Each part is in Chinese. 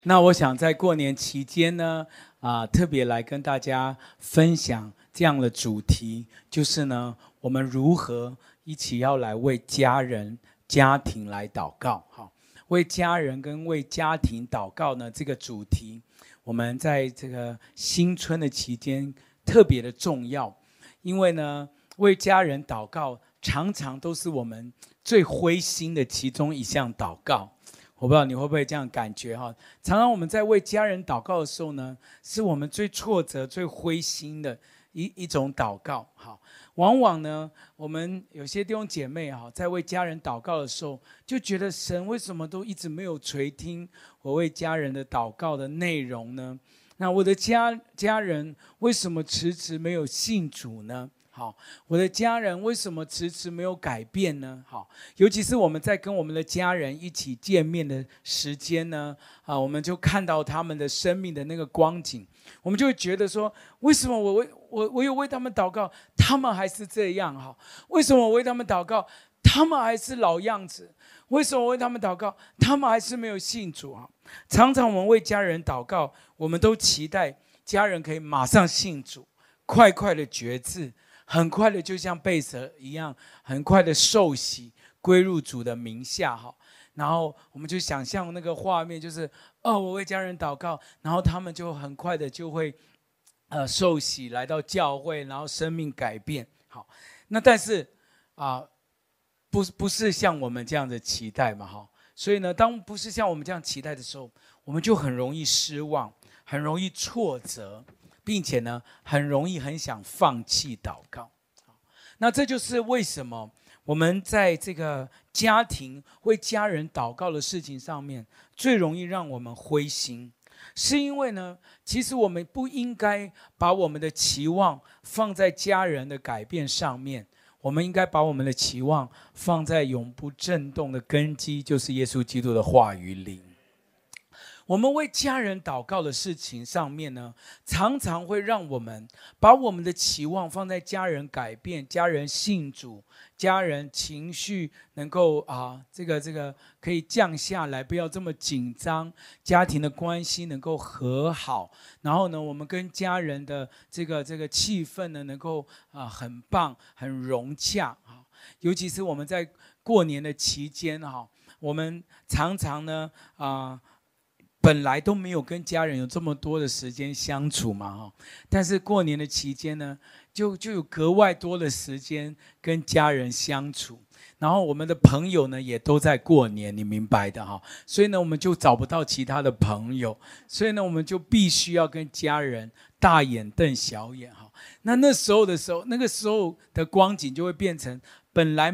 那我想在过年期间呢，特别来跟大家分享这样的主题，就是呢，我们如何一起要来为家人、家庭来祷告。好，为家人跟为家庭祷告呢，这个主题，我们在这个新春的期间特别的重要，因为呢，为家人祷告常常都是我们最灰心的其中一项祷告。我不知道你会不会这样感觉哈？常常我们在为家人祷告的时候呢，是我们最挫折、最灰心的一种祷告。好，往往呢，我们有些弟兄姐妹哈，在为家人祷告的时候，就觉得神为什么都一直没有垂听我为家人的祷告的内容呢？那我的家人为什么迟迟没有信主呢？好，我的家人为什么迟迟没有改变呢？好，尤其是我们在跟我们的家人一起见面的时间呢，我们就看到他们的生命的那个光景，我们就会觉得说，为什么我有为他们祷告，他们还是这样？哈，为什么我为他们祷告，他们还是老样子？为什么我为他们祷告，他们还是没有信主？哈，常常我们为家人祷告，我们都期待家人可以马上信主，快快的决志。很快的，就像贝舍一样，很快的受洗归入主的名下哈。然后我们就想象那个画面，就是我为家人祷告，然后他们就很快的就会受洗来到教会，然后生命改变。好，那但是不是像我们这样的期待嘛哈。所以呢，当不是像我们这样期待的时候，我们就很容易失望，很容易挫折。并且呢，很容易很想放弃祷告。那这就是为什么我们在这个家庭为家人祷告的事情上面，最容易让我们灰心，是因为呢，其实我们不应该把我们的期望放在家人的改变上面，我们应该把我们的期望放在永不震动的根基，就是耶稣基督的话语里。我们为家人祷告的事情上面呢，常常会让我们把我们的期望放在家人改变、家人信主、家人情绪能够这个可以降下来，不要这么紧张，家庭的关系能够和好，然后呢，我们跟家人的这个气氛呢，能够很棒、很融洽啊。尤其是我们在过年的期间哈，我们常常呢本来都没有跟家人有这么多的时间相处嘛，但是过年的期间呢，就有格外多的时间跟家人相处。然后我们的朋友呢也都在过年，你明白的哈。所以呢，我们就找不到其他的朋友，所以呢，我们就必须要跟家人大眼瞪小眼哈。那个时候的光景就会变成本来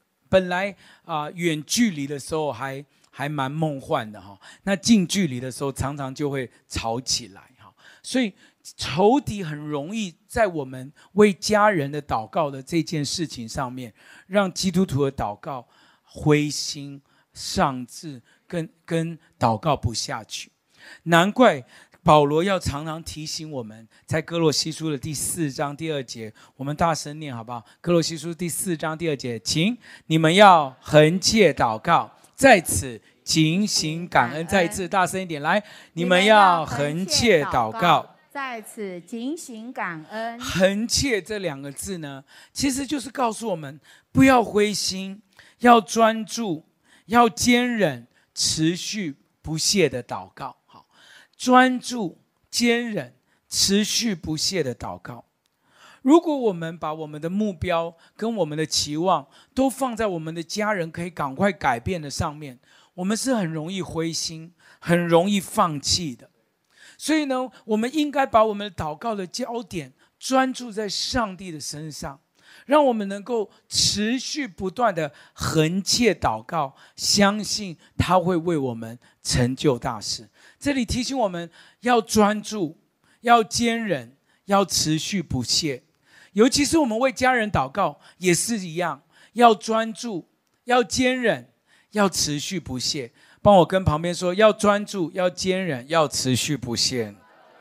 远距离的时候还蛮梦幻的哈，那近距离的时候常常就会吵起来哈，所以仇敌很容易在我们为家人的祷告的这件事情上面，让基督徒的祷告灰心丧志，跟祷告不下去。难怪保罗要常常提醒我们，在哥罗西书的第4章第2节，我们大声念好不好？哥罗西书第4章第2节，请你们要恒切祷告，在此警醒感恩。再一次大声一点，来，你们要恒切祷告， 在此警醒感恩。 恒切这2个字呢，其实就是告诉我们不要灰心，要专注，要坚忍，持续不懈的祷告。好，专注、坚忍、持续不懈的祷告。如果我们把我们的目标跟我们的期望都放在我们的家人可以赶快改变的上面，我们是很容易灰心，很容易放弃的。所以呢，我们应该把我们的祷告的焦点专注在上帝的身上，让我们能够持续不断的恒切祷告，相信他会为我们成就大事。这里提醒我们要专注，要坚忍，要持续不懈。尤其是我们为家人祷告也是一样，要专注，要坚忍，要持续不懈。帮我跟旁边说，要专注，要坚忍，要持续不懈。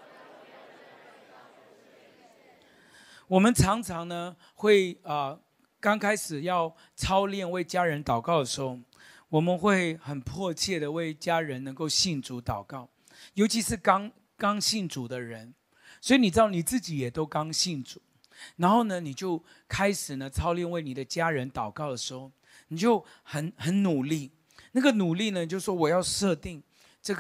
我们常常呢会刚开始要操练为家人祷告的时候，我们会很迫切的为家人能够信主祷告。 尤其是刚信主的人，所以你知道你自己也都刚信主，然后呢，你就开始呢操练为你的家人祷告的时候，你就很努力。那个努力呢，就是说我要设定这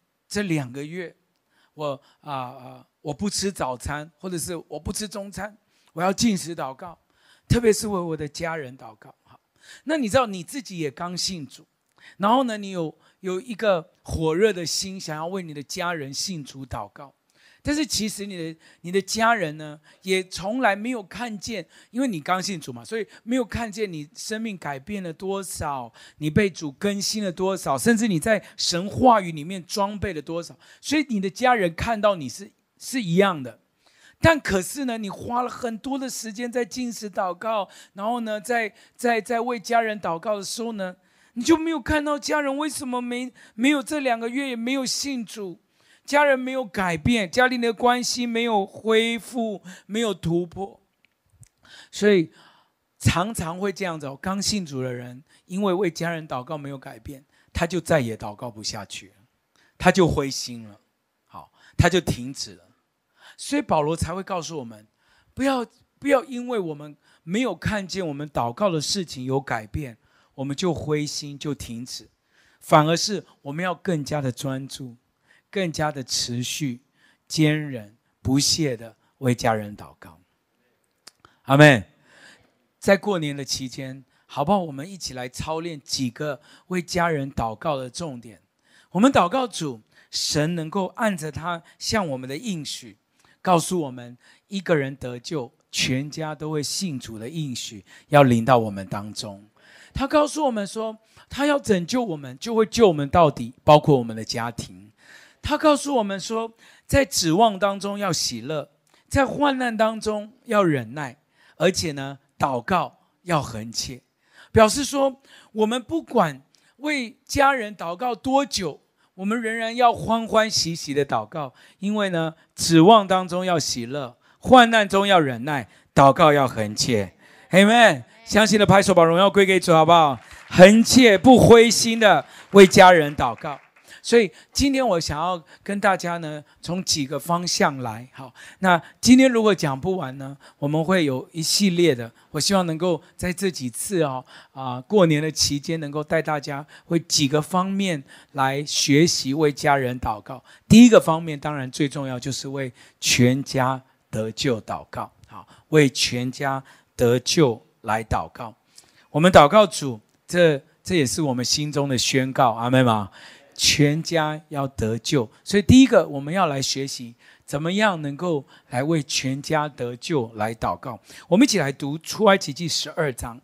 2个月，我不吃早餐，或者是我不吃中餐，我要禁食祷告，特别是为我的家人祷告。好，那你知道你自己也刚信主，然后呢，你有一个火热的心，想要为你的家人信主祷告。但是其实你的家人呢，也从来没有看见，因为你刚信主嘛，所以没有看见你生命改变了多少，你被主更新了多少，甚至你在神话语里面装备了多少，所以你的家人看到你是一样的。但可是呢，你花了很多的时间在禁食祷告，然后呢，在为家人祷告的时候呢，你就没有看到家人为什么没有这2个月也没有信主。家人没有改变，家庭的关系没有恢复，没有突破，所以常常会这样子。刚信主的人，因为为家人祷告没有改变，他就再也祷告不下去了，他就灰心了，好，他就停止了。所以保罗才会告诉我们，不要因为我们没有看见我们祷告的事情有改变，我们就灰心就停止，反而是我们要更加的专注，更加的持续、坚忍、不懈的为家人祷告。阿们。在过年的期间，好不好？我们一起来操练几个为家人祷告的重点。我们祷告主，神能够按着他向我们的应许，告诉我们一个人得救，全家都会信主的应许要临到我们当中。他告诉我们说，他要拯救我们，就会救我们到底，包括我们的家庭。他告诉我们说，在指望当中要喜乐，在患难当中要忍耐，而且呢，祷告要恒切。表示说，我们不管为家人祷告多久，我们仍然要欢欢喜喜的祷告，因为呢，指望当中要喜乐，患难中要忍耐，祷告要恒切。Amen。相信的拍手，把荣耀归给主，好不好？恒切不灰心的为家人祷告。所以今天我想要跟大家呢，从几个方向来。好，那今天如果讲不完呢，我们会有一系列的。我希望能够在这几次过年的期间，能够带大家会几个方面来学习为家人祷告。第一个方面，当然最重要就是为全家得救祷告。好，为全家得救来祷告。我们祷告主，这也是我们心中的宣告。阿们吗？全家要得救，所以第一个我们要来学习怎么样能够来为全家得救来祷告。我们一起来读出埃及记12章，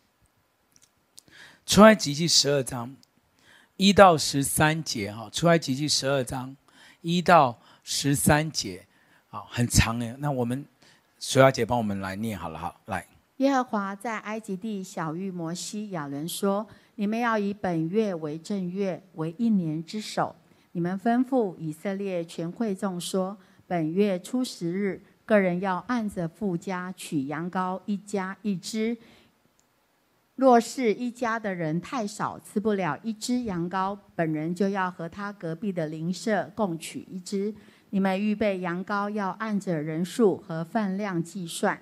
出埃及记12章1到13节。出埃及记12章1到13节，很长耶。那我们水雅姐帮我们来念好了。好，来。 耶和华在埃及地晓谕摩西、亚伦说：你们要以本月为正月，为1年之首。你们吩咐以色列全会众说：本月初10日，个人要按着父家取羊羔1家1只。若是一家的人太少，吃不了1只羊羔，本人就要和他隔壁的邻舍共取1只。你们预备羊羔要按着人数和分量计算。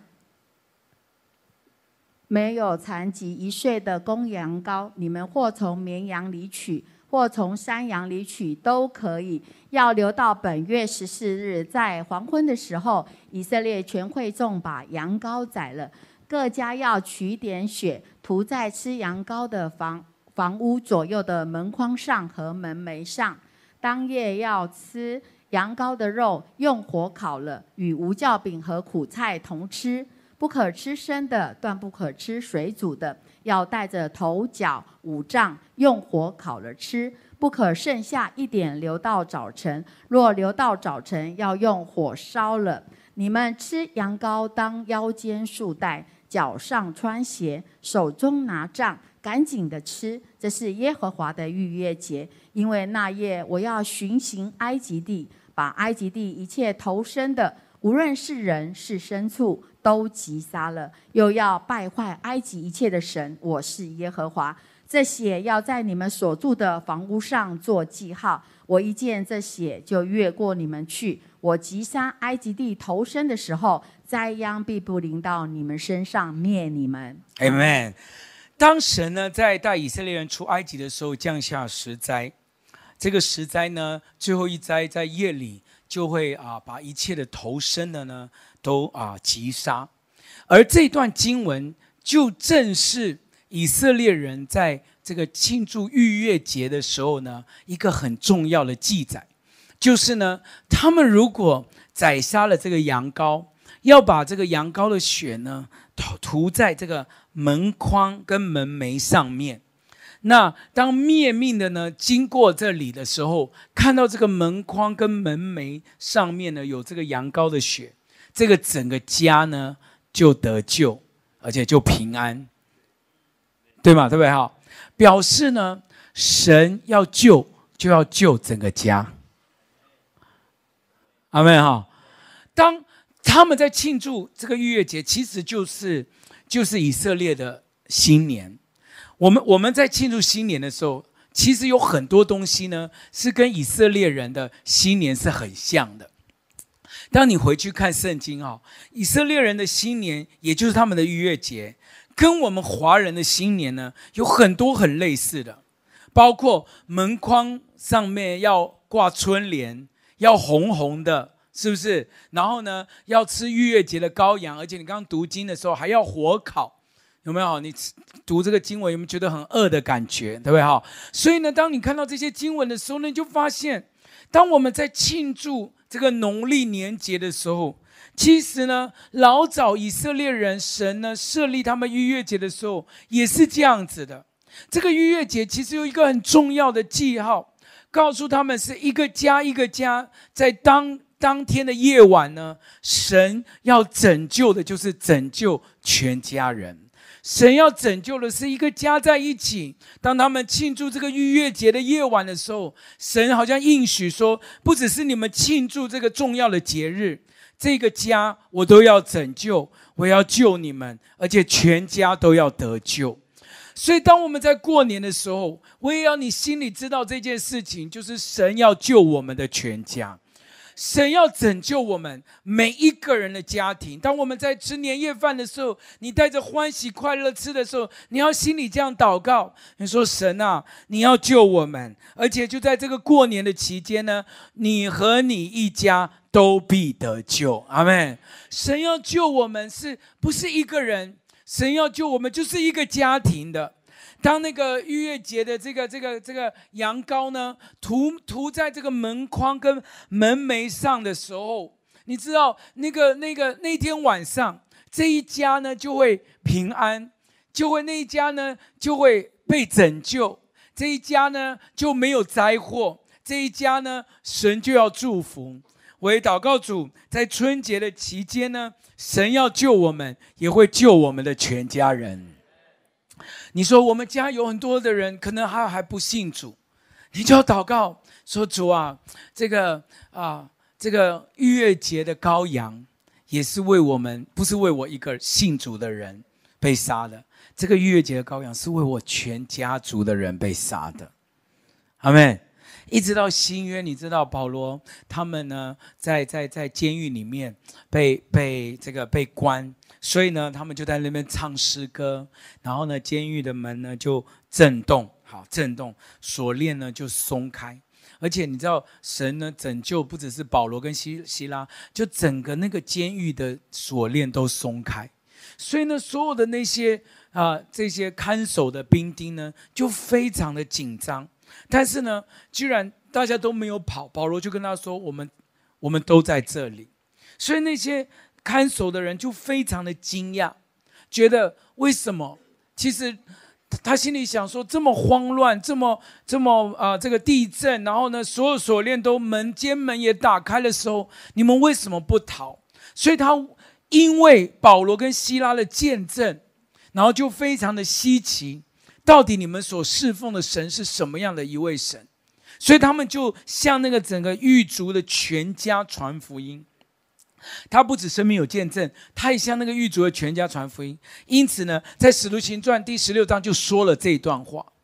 没有残疾1岁的公羊羔，你们或从绵羊里取，或从山羊里取，都可以。要留到本月14日，在黄昏的时候，以色列全会众把羊羔宰了，各家要取点血，涂在吃羊羔的房屋左右的门框上和门楣上。当夜要吃羊羔的肉，用火烤了，与无酵饼和苦菜同吃。不可吃生的，断不可吃水煮的，要带着头脚五脏用火烤了吃。不可剩下一点留到早晨，若留到早晨，要用火烧了。你们吃羊羔，当腰间束带，脚上穿鞋，手中拿杖，赶紧的吃。这是耶和华的逾越节，因为那夜我要巡行埃及地，把埃及地一切头生的，无论是人是牲畜，都击杀了，又要败坏埃及一切的神。我是耶和华。 这血要在你们所住的房屋上做记号。我一见这血，就越过你们去。我击杀埃及地头生的时候，灾殃必不临到你们身上，灭你们。 Amen。 当神呢在带以色列人出埃及的时候，降下10灾。这个10灾呢，最后一灾在夜里就会把一切的头生的呢都击杀。而这段经文就正是以色列人在这个庆祝逾越节的时候呢，一个很重要的记载，就是呢，他们如果宰杀了这个羊羔，要把这个羊羔的血呢涂在这个门框跟门楣上面。那当灭命的呢经过这里的时候，看到这个门框跟门楣上面呢有这个羊羔的血，这个整个家呢就得救，而且就平安，对吗？对不对？哈，表示呢，神要救就要救整个家。阿们哈。当他们在庆祝这个逾越节，其实就是以色列的新年。我们在庆祝新年的时候，其实有很多东西呢是跟以色列人的新年是很像的。当你回去看圣经以色列人的新年也就是他们的逾越节，跟我们华人的新年呢有很多很类似的，包括门框上面要挂春联，要红红的，是不是？然后呢要吃逾越节的羔羊，而且你刚刚读经的时候还要火烤，有没有？你读这个经文有没有觉得很饿的感觉，对不对？所以呢，当你看到这些经文的时候呢，你就发现，当我们在庆祝这个农历年节的时候，其实呢，老早以色列人神呢设立他们逾越节的时候，也是这样子的。这个逾越节其实有一个很重要的记号，告诉他们是一个家一个家，在当天的夜晚呢，神要拯救的就是拯救全家人。神要拯救的是一个家在一起。当他们庆祝这个逾越节的夜晚的时候，神好像应许说，不只是你们庆祝这个重要的节日，这个家我都要拯救，我要救你们，而且全家都要得救。所以当我们在过年的时候，我也要你心里知道这件事情，就是神要救我们的全家，神要拯救我们每一个人的家庭。当我们在吃年夜饭的时候，你带着欢喜快乐吃的时候，你要心里这样祷告，你说神啊，你要救我们，而且就在这个过年的期间呢，你和你一家都必得救。阿们。神要救我们是不是一个人？神要救我们就是一个家庭的。当那个逾越节的这个羊羔呢涂在这个门框跟门楣上的时候，你知道那天晚上，这一家呢就会平安，那一家呢就会被拯救，这一家呢就没有灾祸，这一家呢神就要祝福。我也祷告主，在春节的期间呢，神要救我们，也会救我们的全家人。你说我们家有很多的人可能还不信主，你就要祷告说，主啊，这个逾越节的羔羊也是为我们，不是为我一个信主的人被杀的，这个逾越节的羔羊是为我全家族的人被杀的。阿们。一直到新约，你知道保罗他们呢在监狱里面被关，所以呢他们就在那边唱诗歌，然后呢监狱的门呢就震动，锁链呢就松开。而且你知道神呢拯救不只是保罗跟希拉，就整个那个监狱的锁链都松开。所以呢所有的那些这些看守的兵丁呢就非常的紧张。但是呢，居然大家都没有跑，保罗就跟他说：“我们都在这里。”所以那些看守的人就非常的惊讶，觉得为什么？其实他心里想说：这么慌乱，这么这个地震，然后呢，所有锁链都监门也打开的时候，你们为什么不逃？所以他因为保罗跟希拉的见证，然后就非常的稀奇。到底你们所侍奉的神是什么样的一位神？所以他们就向那个整个狱卒的全家传福音。他不止生命有见证，他也向那个狱卒的全家传福音。因此呢，在使徒行传第16章就说了这一段话。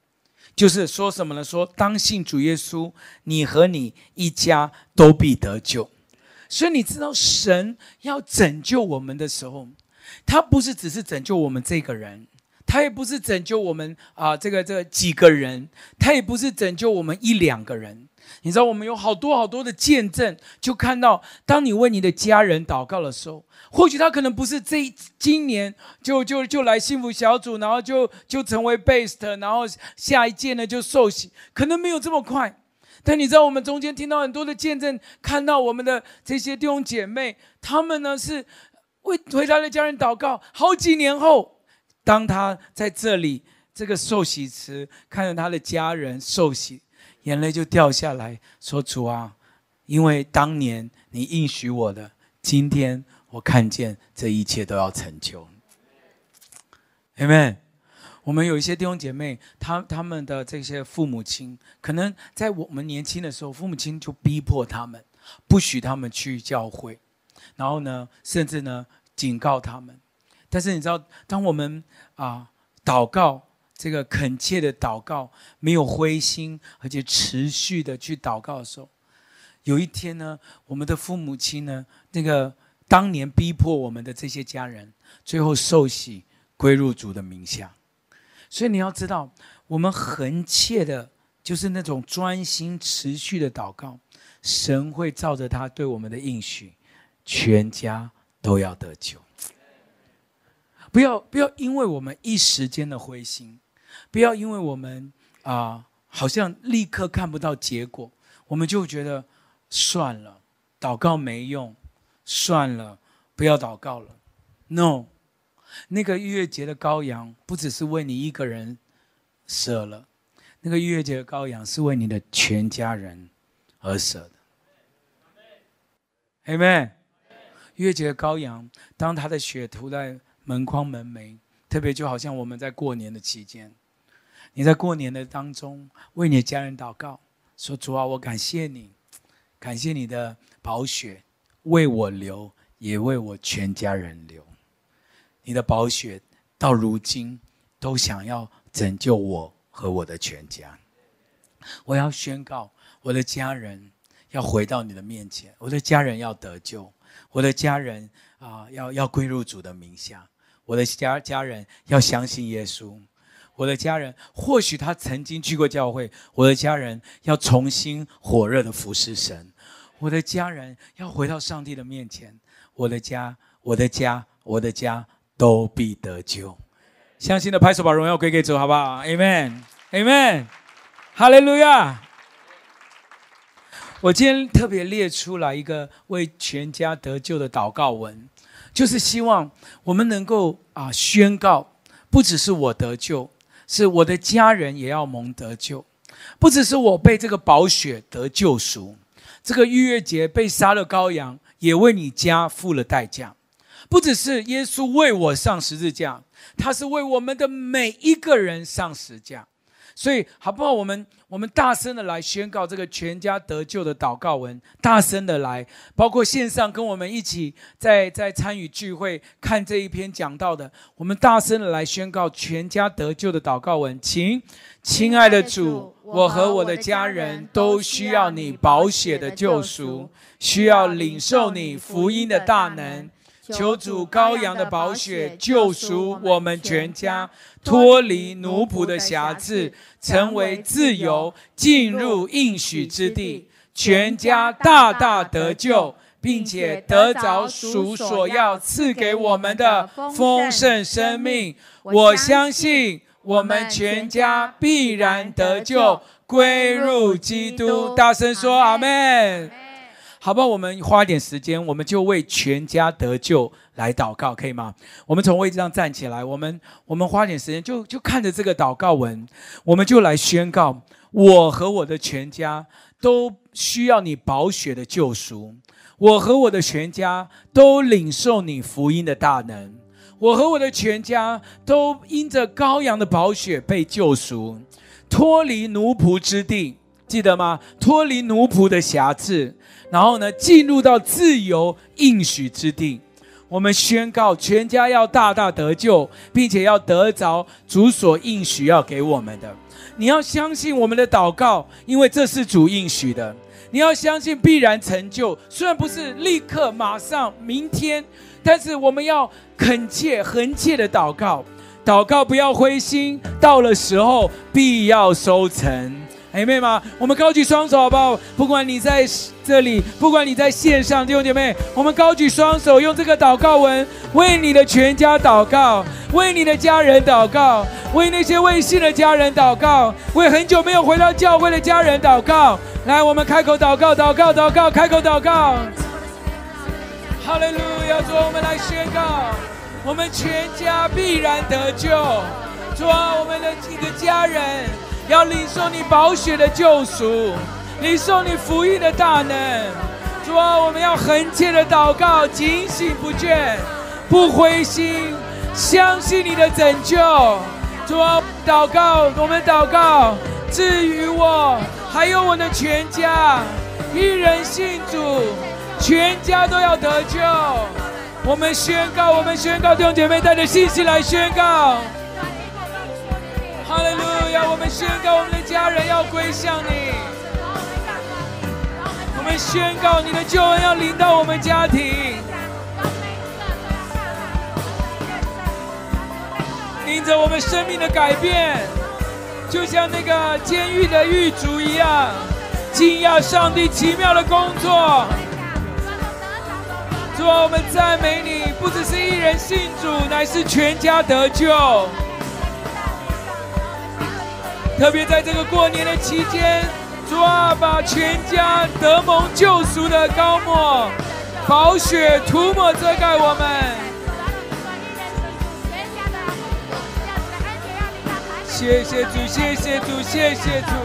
就是说什么呢？说当信主耶稣，你和你一家都必得救。所以你知道神要拯救我们的时候，他不是只是拯救我们这个人，他也不是拯救我们这个几个人，他也不是拯救我们一两个人。你知道我们有好多好多的见证，就看到当你为你的家人祷告的时候，或许他可能不是今年就来幸福小组，然后就成为 Best， 然后下一届呢就受洗，可能没有这么快。但你知道我们中间听到很多的见证，看到我们的这些弟兄姐妹，他们呢是为他的家人祷告，好几年后，当他在这里这个受洗池看着他的家人受洗，眼泪就掉下来，说主啊，因为当年你应许我的，今天我看见这一切都要成就。 Amen。 我们有一些弟兄姐妹，他们的这些父母亲，可能在我们年轻的时候，父母亲就逼迫他们，不许他们去教会，然后呢，甚至呢警告他们。但是你知道，当我们祷告，这个恳切的祷告，没有灰心，而且持续的去祷告的时候，有一天呢，我们的父母亲呢，那个当年逼迫我们的这些家人，最后受洗归入主的名下。所以你要知道，我们恒切的，就是那种专心持续的祷告，神会照着他对我们的应许，全家都要得救。不要因为我们一时间的灰心，不要因为我们好像立刻看不到结果，我们就觉得算了，祷告没用，算了，不要祷告了。 No， 那个逾越节的羔羊不只是为你一个人舍了，那个逾越节的羔羊是为你的全家人而舍的。 Amen。 逾越节的羔羊，当他的血涂在门框门楣，特别就好像我们在过年的期间，你在过年的当中为你的家人祷告，说主啊，我感谢你，感谢你的宝血为我流，也为我全家人流。你的宝血到如今都想要拯救我和我的全家。我要宣告，我的家人要回到你的面前，我的家人要得救，我的家人要归入主的名下，我的家人要相信耶稣，我的家人或许他曾经去过教会，我的家人要重新火热的服侍神，我的家人要回到上帝的面前，我的家都必得救。相信的拍手，把荣耀归给主，好不好？ Amen Amen 哈利路亚。我今天特别列出来一个为全家得救的祷告文，就是希望我们能够宣告，不只是我得救，是我的家人也要蒙得救。不只是我被这个宝血得救赎，这个逾越节被杀了羔羊也为你家付了代价。不只是耶稣为我上十字架，他是为我们的每一个人上十字架。所以好不好，我们大声的来宣告这个全家得救的祷告文，大声的来，包括线上跟我们一起在参与聚会看这一篇讲道的，我们大声的来宣告全家得救的祷告文。请，亲爱的主，我和我的家人都需要你宝血的救赎，需要领受你福音的大能，求主羔羊的宝血救赎我们全家，脱离奴仆的辖制，成为自由，进入应许之地，全家大大得救，并且得着属所要赐给我们的丰盛生命。我相信我们全家必然得救，归入基督。大声说阿们。好不好？我们花一点时间，我们就为全家得救来祷告，可以吗？我们从位置上站起来，我们花点时间，就看着这个祷告文，我们就来宣告：我和我的全家都需要你宝血的救赎，我和我的全家都领受你福音的大能，我和我的全家都因着羔羊的宝血被救赎，脱离奴仆之地，记得吗？脱离奴仆的辖制，然后呢，进入到自由应许之地。 我们宣告全家要大大得救，并且要得着主所应许要给我们的。你要相信我们的祷告，因为这是主应许的。你要相信必然成就，虽然不是立刻马上明天，但是我们要恳切恒切的祷告，祷告不要灰心，到了时候必要收成。阿们吗？我们高举双手好不好？不管你在这里，不管你在线上，弟兄姐妹，我们高举双手，用这个祷告文为你的全家祷告，为你的家人祷告，为那些未信的家人祷告，为很久没有回到教会的家人祷告。来，我们开口祷告，祷告，祷告，开口祷告。哈利路亚！主，我们来宣告，我们全家必然得救。主啊，我们的几个家人要领受你宝血的救赎，领受你福音的大能。主啊，我们要恒切的祷告，警醒不倦，不灰心，相信你的拯救。主啊，祷告，我们祷告，至于我还有我的全家，一人信主，全家都要得救。我们宣告，我们宣告，弟兄姐妹带着信心来宣告。哈利路亚！我们宣告我们的家人要归向你，我们宣告你的救恩要临到我们家庭，因着我们生命的改变，就像那个监狱的狱卒一样，惊讶上帝奇妙的工作。主啊，我们赞美你，不只是一人信主，乃是全家得救。特别在这个过年的期间，主啊，把全家得蒙救赎的膏抹、宝血涂抹遮盖我们。谢谢主，谢谢主，谢谢主。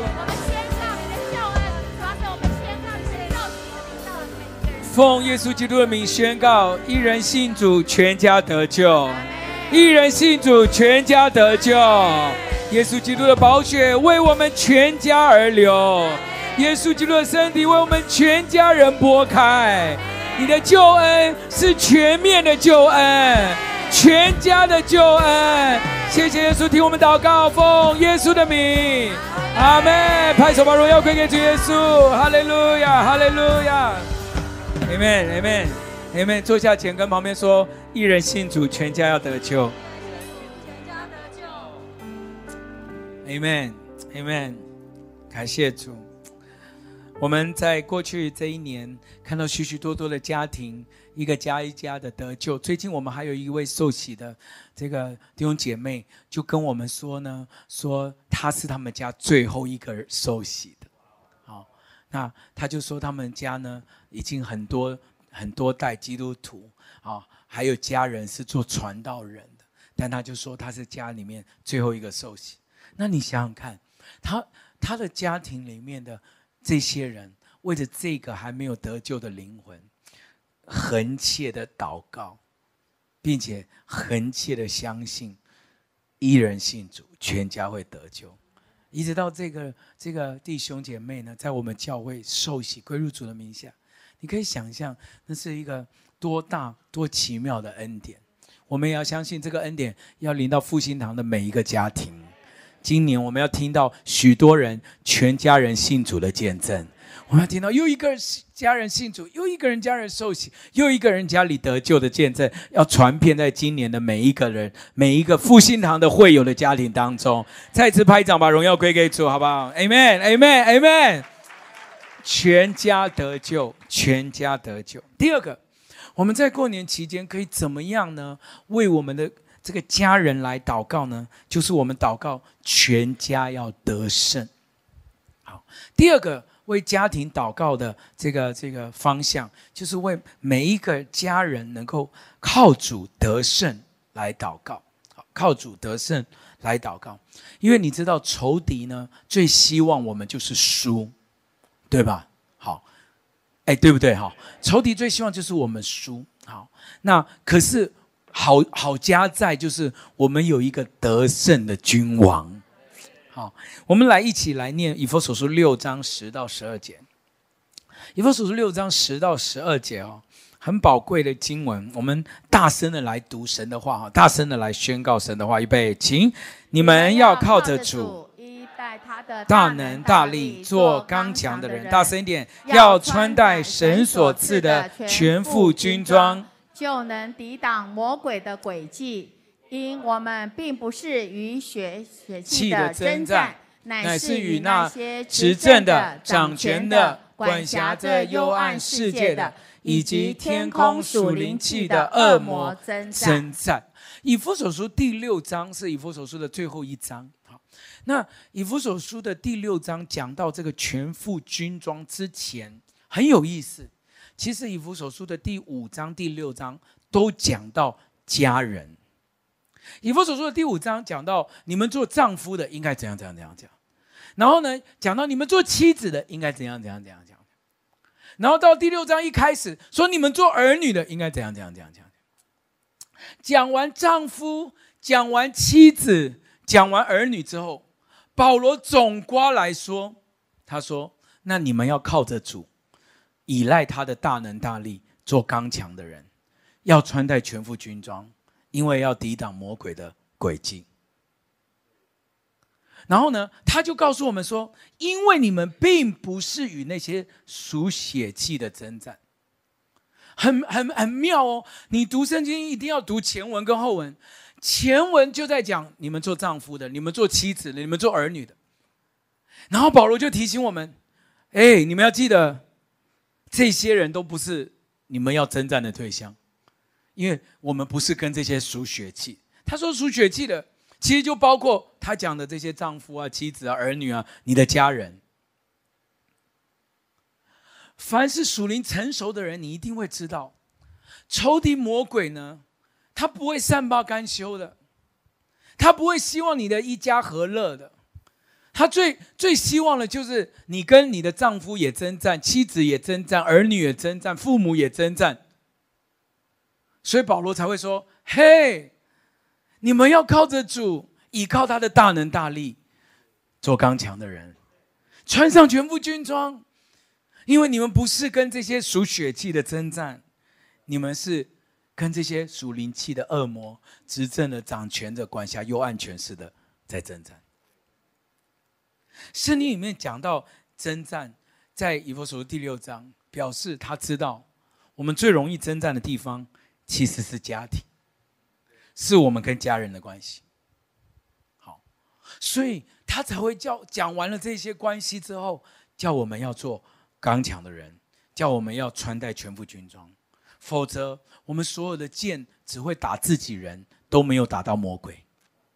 奉耶稣基督的名宣告：一人信主，全家得救；一人信主，全家得救。耶稣基督的宝血为我们全家而流，耶稣基督的身体为我们全家人拨开。你的救恩是全面的救恩，全家的救恩。谢谢耶稣，听我们祷告，奉耶稣的名，阿们。拍手把荣耀归给主耶稣，哈利路亚，哈利路亚。阿们，阿们，阿们。坐下前跟旁边说：一人信主，全家要得救。Amen， Amen， 感谢主。我们在过去这一年看到许许多多的家庭，一个家一家的得救。最近我们还有一位受洗的这个弟兄姐妹，就跟我们说呢，说他是他们家最后一个受洗的。好，那他就说他们家呢已经很多代基督徒啊，还有家人是做传道人的，但他就说他是家里面最后一个受洗。那你想想看，他的家庭里面的这些人，为着这个还没有得救的灵魂，恒切的祷告，并且恒切的相信，一人信主，全家会得救。一直到这个弟兄姐妹呢，在我们教会受洗归入主的名下，你可以想象，那是一个多大多奇妙的恩典。我们也要相信这个恩典要临到复兴堂的每一个家庭。今年我们要听到许多人全家人信主的见证，我们要听到又一个家人信主，又一个人家人受洗，又一个人家里得救的见证，要传遍在今年的每一个人，每一个复兴堂的会友的家庭当中。再次拍掌，把荣耀归给主，好不好？ Amen Amen Amen。 全家得救，全家得救。第二个，我们在过年期间可以怎么样呢？为我们的这个家人来祷告呢？就是我们祷告全家要得胜。好，第二个为家庭祷告的这个方向，就是为每一个家人能够靠主得胜来祷告。好，靠主得胜来祷告，因为你知道仇敌呢最希望我们就是输，对吧？好，对不对？好，仇敌最希望就是我们输。好，那可是好家在就是我们有一个得胜的君王。好，我们一起来念以弗所书6章10到12节。以弗所书6章10到12节哦。 很宝贵的经文，我们大声的来读神的话，大声的来宣告神的话。预备，请你们要靠着主， 依赖他的大能大力，做刚强的人。大声一点，要穿戴神所赐的全副军装， 就能抵挡魔鬼的诡计。因我们并不是与血气的征战，乃是与那些执政的、掌权的、管辖着幽暗世界的，以及天空属灵气的恶魔征战。 以弗所书第6章是以弗所书的最后一章。好，那以弗所书的第6章讲到这个全副军装之前，很有意思。其实以弗所书的第5章、第6章都讲到家人。以弗所书的第5章讲到你们做丈夫的应该怎样怎样怎样讲，然后呢讲到你们做妻子的应该怎样怎样怎样讲，然后到第6章一开始说你们做儿女的应该怎样怎样怎样讲。讲完丈夫，讲完妻子，讲完儿女之后，保罗总括来说，他说：那你们要靠着主，依赖他的大能大力，做刚强的人，要穿戴全副军装。因为要抵挡魔鬼的诡计。然后呢，他就告诉我们说，因为你们并不是与那些属血气的征战。很妙哦，你读圣经一定要读前文跟后文。前文就在讲你们做丈夫的，你们做妻子的，你们做儿女的。然后保罗就提醒我们，你们要记得，这些人都不是你们要征战的对象。因为我们不是跟这些属血气，他说属血气的，其实就包括他讲的这些丈夫啊、妻子啊、儿女啊、你的家人。凡是属灵成熟的人，你一定会知道，仇敌魔鬼呢，他不会善罢甘休的，他不会希望你的一家和乐的，他最希望的就是你跟你的丈夫也征战，妻子也征战，儿女也征战，父母也征战。所以保罗才会说，你们要靠着主，倚靠他的大能大力，做刚强的人，穿上全副军装。因为你们不是跟这些属血气的征战，你们是跟这些属灵气的恶魔、执政的、掌权的、管辖幽暗权势的在征战。圣经里面讲到征战，在以弗所书第6章表示他知道我们最容易征战的地方其实是家庭，是我们跟家人的关系。好，所以他才会讲完了这些关系之后，叫我们要做刚强的人，叫我们要穿戴全副军装，否则我们所有的箭只会打自己人，都没有打到魔鬼。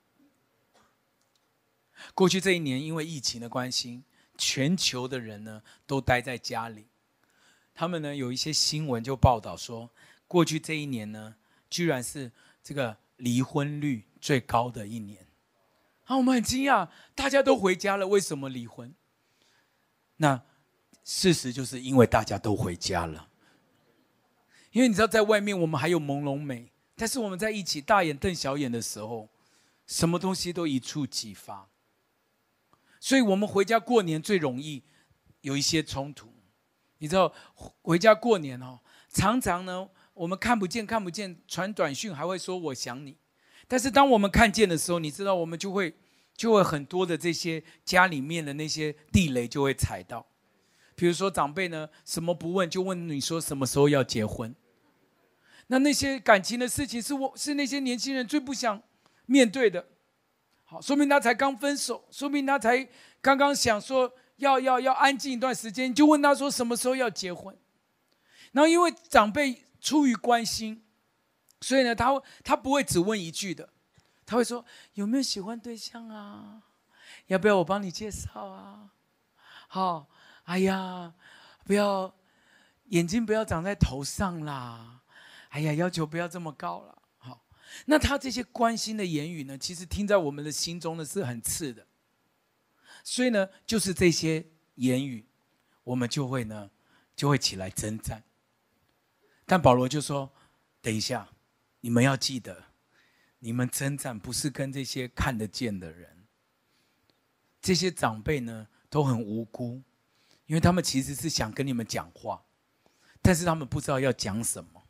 过去这一年，因为疫情的关系，全球的人呢都待在家里。他们呢有一些新闻就报道说，过去这一年呢，居然是这个离婚率最高的一年。我们很惊讶，大家都回家了，为什么离婚？那事实就是因为大家都回家了。因为你知道，在外面我们还有朦胧美，但是我们在一起大眼瞪小眼的时候，什么东西都一触即发。所以我们回家过年最容易有一些冲突。你知道，回家过年常常呢，我们看不见传短讯还会说我想你，但是当我们看见的时候，你知道我们就会很多的这些家里面的那些地雷就会踩到。比如说长辈呢什么不问，就问你说什么时候要结婚。那些感情的事情是那些年轻人最不想面对的。好，说明他才刚分手，说明他才刚刚想说要安静一段时间，就问他说什么时候要结婚。然后因为长辈出于关心，所以呢他不会只问一句的，他会说有没有喜欢对象啊？要不要我帮你介绍啊？好，哎呀，眼睛不要长在头上啦，哎呀，要求不要这么高啦。好，那他这些关心的言语呢，其实听在我们的心中呢是很刺的。所以呢，就是这些言语，我们就会起来征战。但保罗就说，等一下，你们要记得，你们征战不是跟这些看得见的人。这些长辈呢都很无辜，因为他们其实是想跟你们讲话，但是他们不知道要讲什么。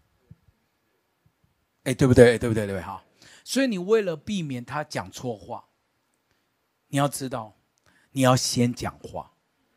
对不对？对不对？对，好。所以你为了避免他讲错话，你要知道，你要先讲话。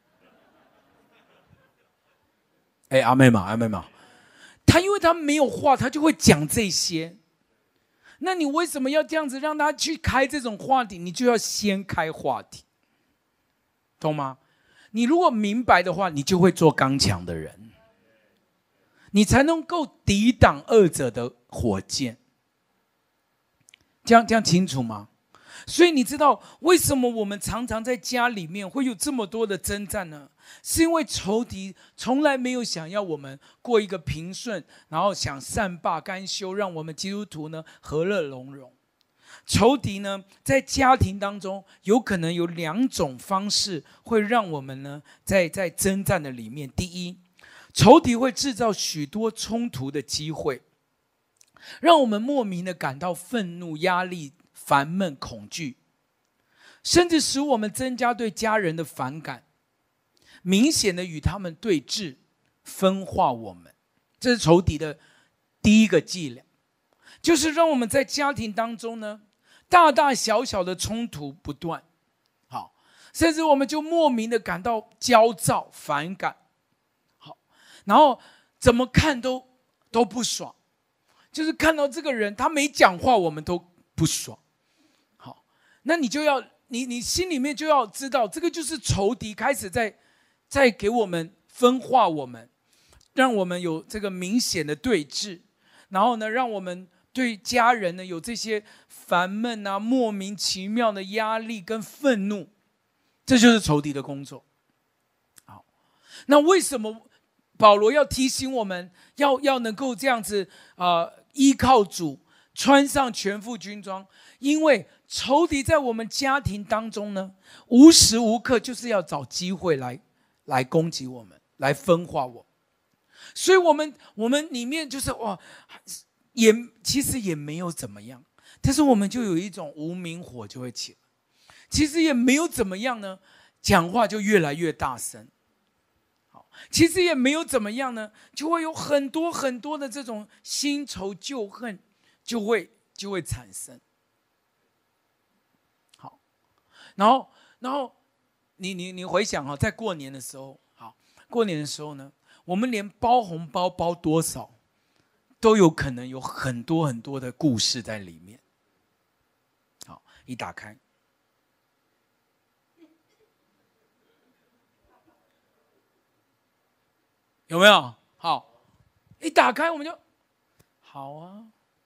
阿妹嘛，阿妹嘛，他因为他没有话，他就会讲这些。那你为什么要这样子让他去开这种话题？你就要先开话题，懂吗？你如果明白的话，你就会做刚强的人，你才能够抵挡恶者的火箭。这样清楚吗？所以你知道为什么我们常常在家里面会有这么多的征战呢？是因为仇敌从来没有想要我们过一个平顺，然后想善罢甘休，让我们基督徒呢和乐融融。仇敌呢在家庭当中有可能有2种方式会让我们呢在征战的里面。第一，仇敌会制造许多冲突的机会，让我们莫名的感到愤怒、压力、烦闷、恐惧，甚至使我们增加对家人的反感，明显的与他们对峙，分化我们。这是仇敌的第一个伎俩，就是让我们在家庭当中呢，大大小小的冲突不断，好，甚至我们就莫名的感到焦躁、反感，好，然后怎么看都不爽，就是看到这个人他没讲话，我们都不爽。好，那你就要你心里面就要知道，这个就是仇敌开始在给我们分化我们，让我们有这个明显的对峙，然后呢，让我们对家人呢有这些烦闷啊、莫名其妙的压力跟愤怒，这就是仇敌的工作。好，那为什么保罗要提醒我们要能够这样子依靠主，穿上全副军装？因为仇敌在我们家庭当中呢，无时无刻就是要找机会来攻击我们，来分化我们。所以我们里面就是其实也没有怎么样，但是我们就有一种无名火就会起来，其实也没有怎么样呢，讲话就越来越大声。好，其实也没有怎么样呢，就会有很多很多的这种新仇旧恨就会产生。好，然后你回想在过年的时候，好，过年的时候呢，我们连包红包包多少，都有可能有很多很多的故事在里面。好，一打开，有没有？好，一打开我们就好啊，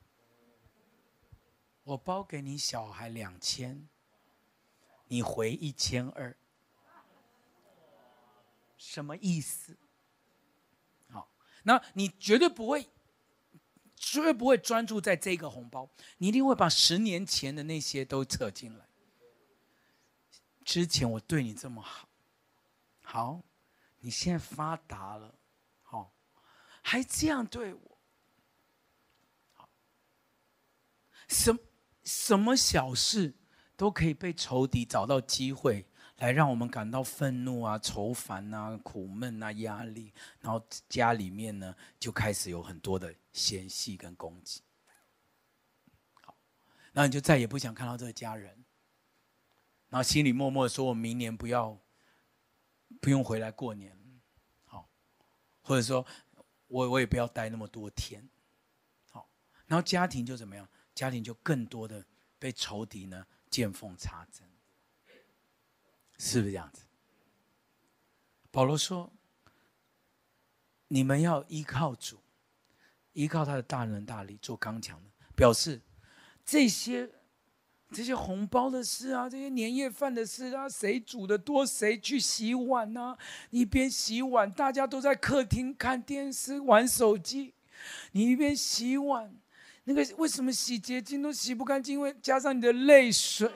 我包给你小孩2000，你回1200，什么意思？好，那你绝对不会专注在这个红包，你一定会把10年前的那些都扯进来。之前我对你这么好，好，你现在发达了，好，还这样对我，好，什么小事都可以被仇敌找到机会来让我们感到愤怒啊、愁烦啊、苦闷啊、压力，然后家里面呢就开始有很多的嫌隙跟攻击。好，然后你就再也不想看到这个家人，然后心里默默说：“我明年不用回来过年，好，或者说我也不要待那么多天。”好，然后家庭就怎么样？家庭就更多的被仇敌呢见缝插针。是不是这样子？保罗说：“你们要依靠主，依靠他的大能大力，做刚强的。”表示这些红包的事啊，这些年夜饭的事啊，谁煮的多，谁去洗碗啊？一边洗碗，大家都在客厅看电视、玩手机，你一边洗碗，那个为什么洗洁精都洗不干净？因为加上你的泪水。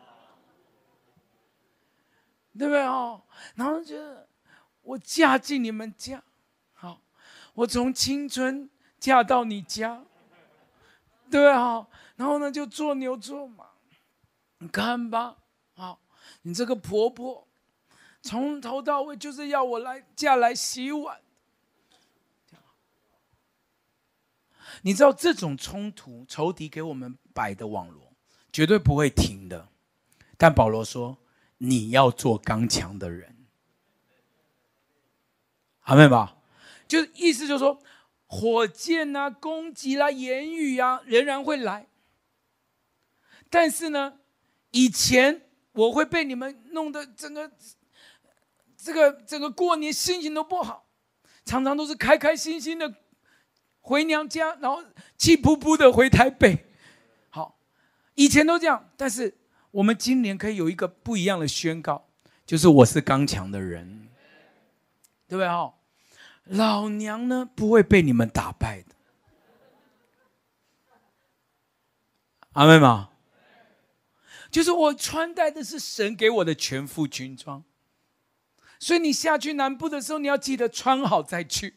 对不对然后觉得我嫁进你们家，好，我从青春嫁到你家，对不对然后呢就做牛做马，你看吧，好，你这个婆婆从头到尾就是要我嫁来洗碗， 你知道这种冲突，仇敌给我们摆的网罗，绝对不会停的。但保罗说，你要做刚强的人。阿们吧？就是意思就是说，火箭啊、攻击啦、言语啊，仍然会来。但是呢，以前我会被你们弄得整个过年心情都不好，常常都是开开心心的回娘家，然后气扑扑的回台北。好，以前都这样，但是我们今年可以有一个不一样的宣告，就是我是刚强的人，对不对？老娘呢不会被你们打败的。阿们吗？就是我穿戴的是神给我的全副军装，所以你下去南部的时候，你要记得穿好再去。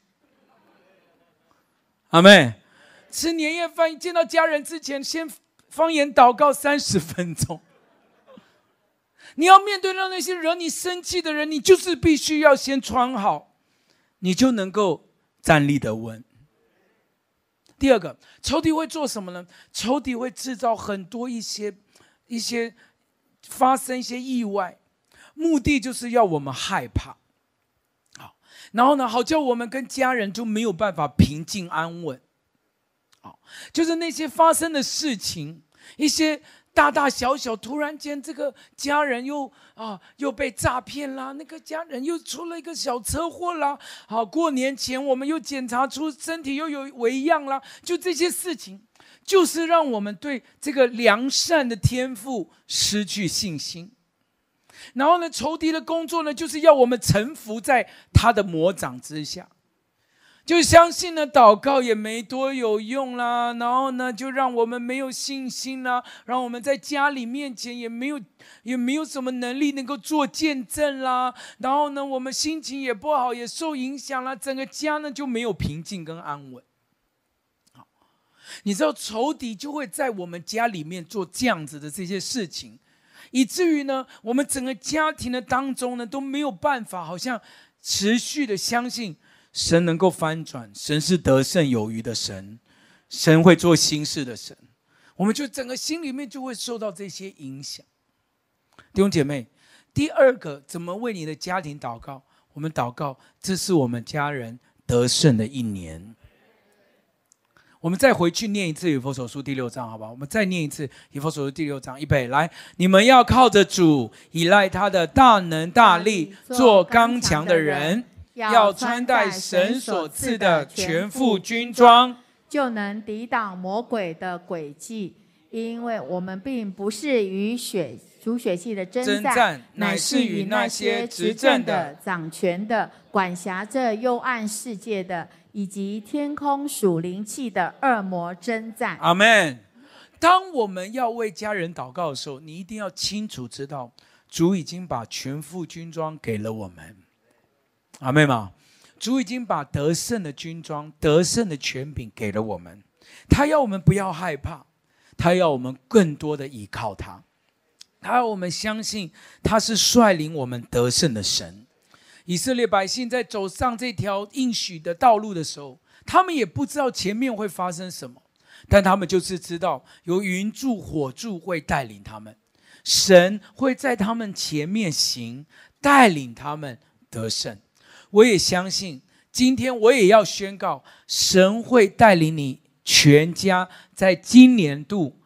阿们，吃年夜饭见到家人之前，先方言祷告30分钟。你要面对到那些惹你生气的人，你就是必须要先穿好，你就能够站立得稳。第二个，仇敌会做什么呢？仇敌会制造很多一些发生一些意外，目的就是要我们害怕。好，然后呢，好叫我们跟家人就没有办法平静安稳。好，就是那些发生的事情，一些大大小小，突然间这个家人又被诈骗啦，那个家人又出了一个小车祸啦，好，过年前我们又检查出身体又有微恙啦，就这些事情，就是让我们对这个良善的天父失去信心。然后呢，仇敌的工作呢，就是要我们臣服在他的魔掌之下。就相信呢，祷告也没多有用啦，然后呢，就让我们没有信心啦，让我们在家里面前也没有什么能力能够做见证啦，然后呢，我们心情也不好，也受影响啦，整个家呢就没有平静跟安稳。好，你知道仇敌就会在我们家里面做这样子的这些事情，以至于呢，我们整个家庭的当中呢都没有办法，好像持续的相信神能够翻转，神是得胜有余的神，神会做新事的神，我们就整个心里面就会受到这些影响。弟兄姐妹，第二个，怎么为你的家庭祷告？我们祷告，这是我们家人得胜的一年。我们再回去念一次以弗所书第6章，好不好？我们再念一次以弗所书第6章，预备，来，你们要靠着主，依赖他的大能大力，做刚强的人，要穿戴神所赐的全副军装， 就能抵挡魔鬼的诡计。因为我们并不是与主血气的征战，乃是与那些执政的、掌权的、管辖着幽暗世界的，以及天空属灵气的恶魔征战。 阿们。当我们要为家人祷告的时候，你一定要清楚知道，主已经把全副军装给了我们。阿们吗？主已经把得胜的军装、得胜的权柄给了我们，他要我们不要害怕，他要我们更多的依靠他，他要我们相信他是率领我们得胜的神。以色列百姓在走上这条应许的道路的时候，他们也不知道前面会发生什么，但他们就是知道有云柱火柱会带领他们，神会在他们前面行，带领他们得胜。我也相信，今天我也要宣告，神会带领你全家在今年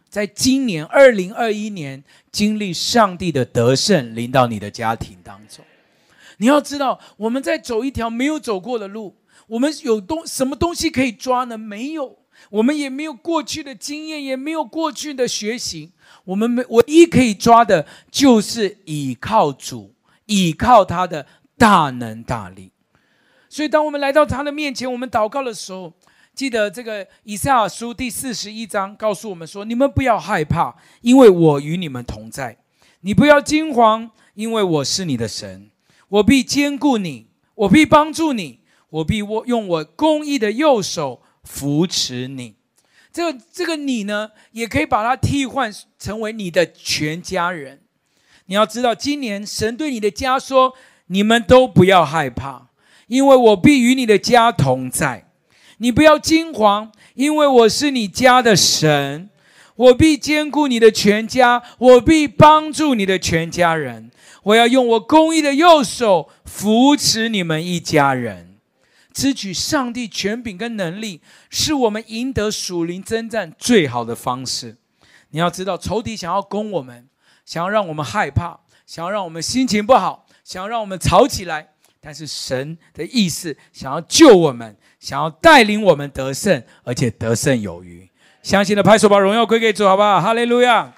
2021年经历上帝的得胜临到你的家庭当中。你要知道，我们在走一条没有走过的路，我们有什么东西可以抓呢？没有，我们也没有过去的经验，也没有过去的学习，我们唯一可以抓的就是倚靠主，倚靠他的大能大力。所以当我们来到他的面前，我们祷告的时候，记得这个以赛亚书第41章告诉我们说，你们不要害怕，因为我与你们同在，你不要惊惶，因为我是你的神，我必坚固你，我必帮助你，我必用我公义的右手扶持你。这个你呢，也可以把它替换成为你的全家人。你要知道，今年神对你的家说，你们都不要害怕，因为我必与你的家同在。 你不要惊惶，因为我是你家的神，我必坚固你的全家，我必帮助你的全家人，我要用我公义的右手扶持你们一家人。支取上帝权柄跟能力，是我们赢得属灵征战最好的方式。你要知道，仇敌想要攻我们，想要让我们害怕，想要让我们心情不好，想要让我们吵起来，但是神的意思想要救我们，想要带领我们得胜，而且得胜有余。相信的拍手，把荣耀归给主，好不好？哈利路亚。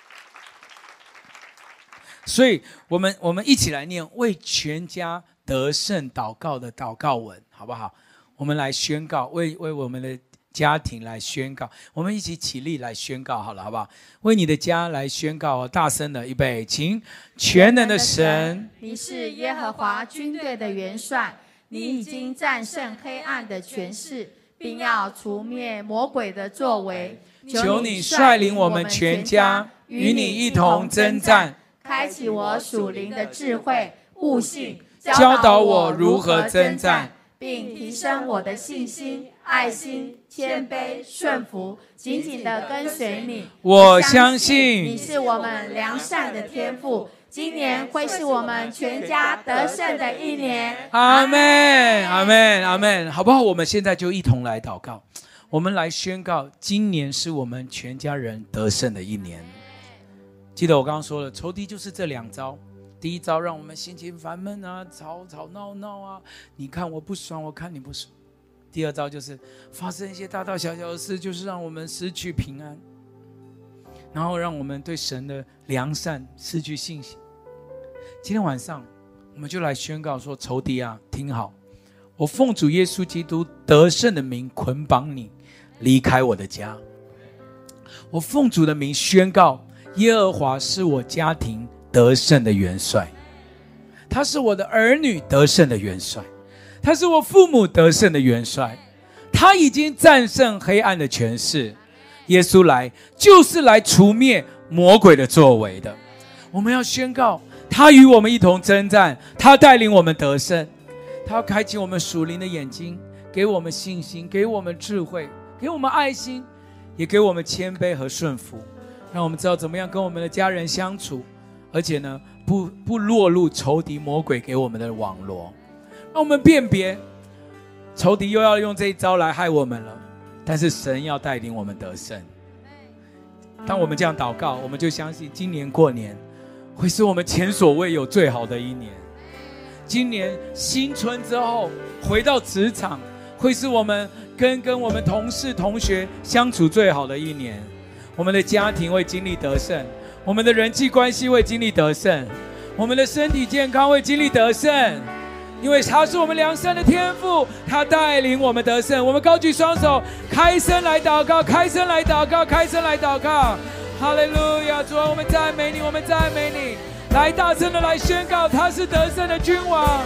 所以我们一起来念为全家得胜祷告的祷告文，好不好？我们来宣告，为我们的家庭来宣告，我们一起起立来宣告，好了，好不好？为你的家来宣告，大声的预备，请。全能的神， 你是耶和华军队的元帅，你已经战胜黑暗的权势，并要除灭魔鬼的作为。 求你率领我们全家与你一同征战， 开启我属灵的智慧悟性， 教导我如何征战， 并提升我的信心、爱心、谦卑、顺服，紧紧地跟随你。 我相信你是我们良善的天父，今年会是我们全家得胜的一年。 阿们，阿们，阿们，好不好？我们现在就一同来祷告，我们来宣告，今年是我们全家人得胜的一年。记得我刚刚说了，仇敌就是这两招。第一招让我们心情烦闷啊，吵吵闹闹啊，你看我不爽，我看你不爽。第二招就是发生一些大大小小的事，就是让我们失去平安，然后让我们对神的良善失去信心。今天晚上我们就来宣告说，仇敌啊，听好，我奉主耶稣基督得胜的名捆绑你，离开我的家。我奉主的名宣告，耶和华是我家庭得胜的元帅，他是我的儿女得胜的元帅，他是我父母得胜的元帅，他已经战胜黑暗的权势。耶稣来就是来除灭魔鬼的作为的。我们要宣告，他与我们一同征战，他带领我们得胜，他要开启我们属灵的眼睛，给我们信心，给我们智慧，给我们爱心，也给我们谦卑和顺服，让我们知道怎么样跟我们的家人相处，而且呢，不落入仇敌魔鬼给我们的网罗。让我们辨别，仇敌又要用这一招来害我们了，但是神要带领我们得胜。当我们这样祷告，我们就相信今年过年会是我们前所未有最好的一年。今年新春之后回到职场，会是我们跟我们同事同学相处最好的一年。我们的家庭会经历得胜，我们的人际关系会经历得胜，我们的身体健康会经历得胜，因为他是我们良善的天父，他带领我们得胜。我们高举双手，开声来祷告，开声来祷告，开声来祷告。哈利路亚！主啊，我们赞美你，我们赞美你。来，大声的来宣告，他是得胜的君王，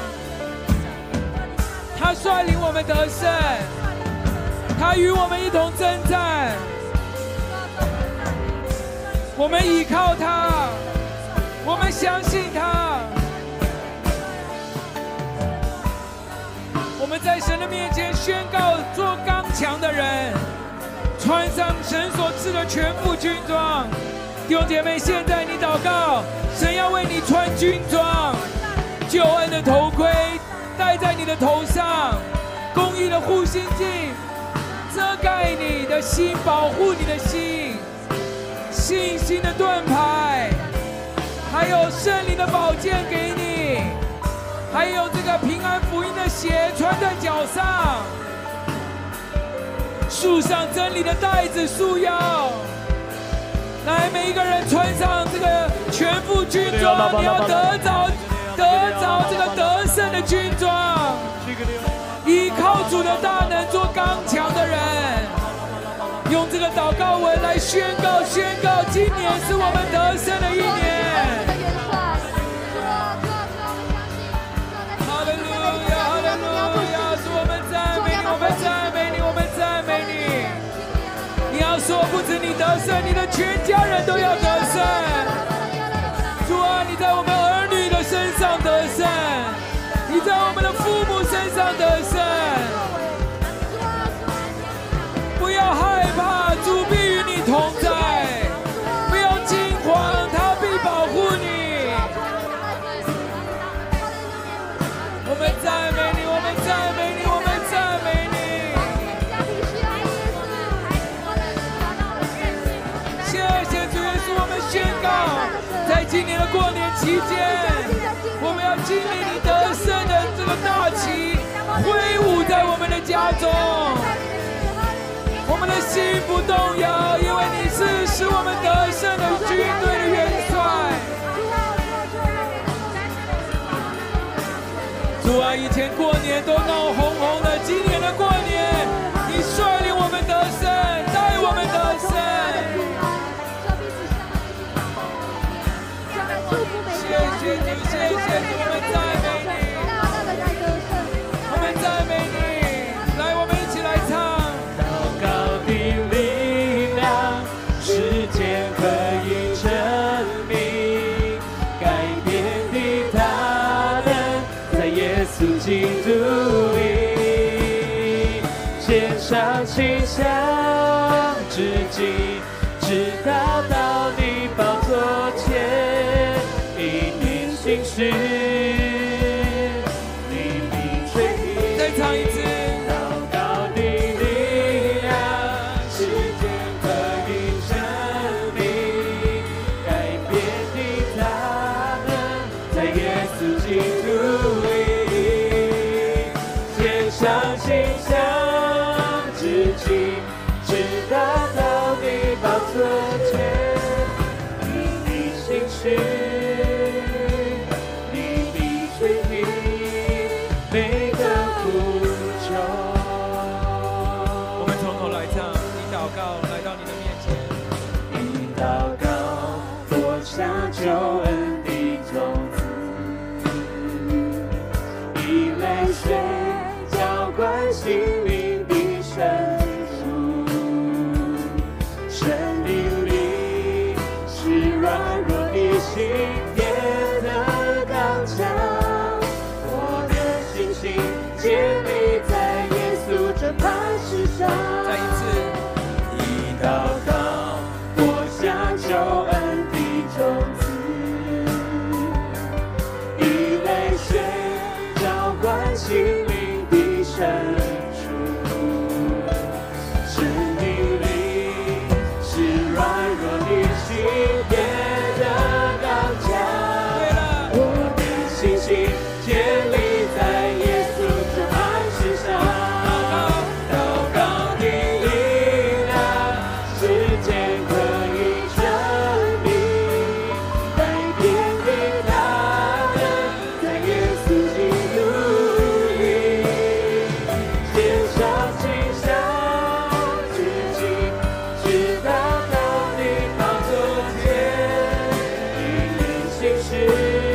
他率领我们得胜，他与我们一同征战。我们依靠他，我们相信他。我们在神的面前宣告，做刚强的人，穿上神所赐的全副军装。弟兄姐妹，现在你祷告，神要为你穿军装，救恩的头盔戴在你的头上，公义的护心镜遮盖你的心，保护你的心，信心的盾牌，还有圣灵的宝剑给你，还有这个平安福音的鞋穿在脚上，束上真理的带子束腰。来，每一个人穿上这个全副军装，你要得着这个得胜的军装，依靠主的大能做刚强的人。用这个祷告文来宣告，今年是我们得胜的一年。哈利路亚，哈利路亚！主，我们赞美你，我们赞美你，我们赞美你。你要说，不止你得胜，你的全家人都要得胜。主啊，你在我们儿女的身上得胜，你在我们的父母身上得胜。 今年的过年期间，我们要经历你得胜的这个大旗挥舞在我们的家中，我们的心不动摇，因为你是使我们得胜的军队的元帅。主啊，以前过年都闹哄哄的，今年的过年，你率领我们得胜，带我们得胜。谢谢主，谢谢主，我们赞美你，我们赞美你。来，我们一起来唱。祷告的力量，时间可以证明，改变的大能，在耶稣基督里，献上馨香之祭，直到你宝座前，以你心事，你必垂听。再唱一次。祷告的力量，时间可以证明，改变的大能，在耶稣基督里，献上馨香之祭，直到你宝座前，以你心事，你必垂听每个呼求。我们从头来唱，你祷告来到你的面前，你祷告播下救恩的种子，以泪水浇灌心灵的深处，神灵里是软弱的心变得刚强，我的信心建立在耶稣这磐石上。再一次，你祷告播下救恩的种子，以泪水浇灌心灵的深处，神灵里是软弱的心变得刚强，我的信心建立在耶稣这磐石上。祷告的力量，时间可以证明，改变的大能，在耶稣基督里，献上馨香之祭，直到你宝座前，以你心事，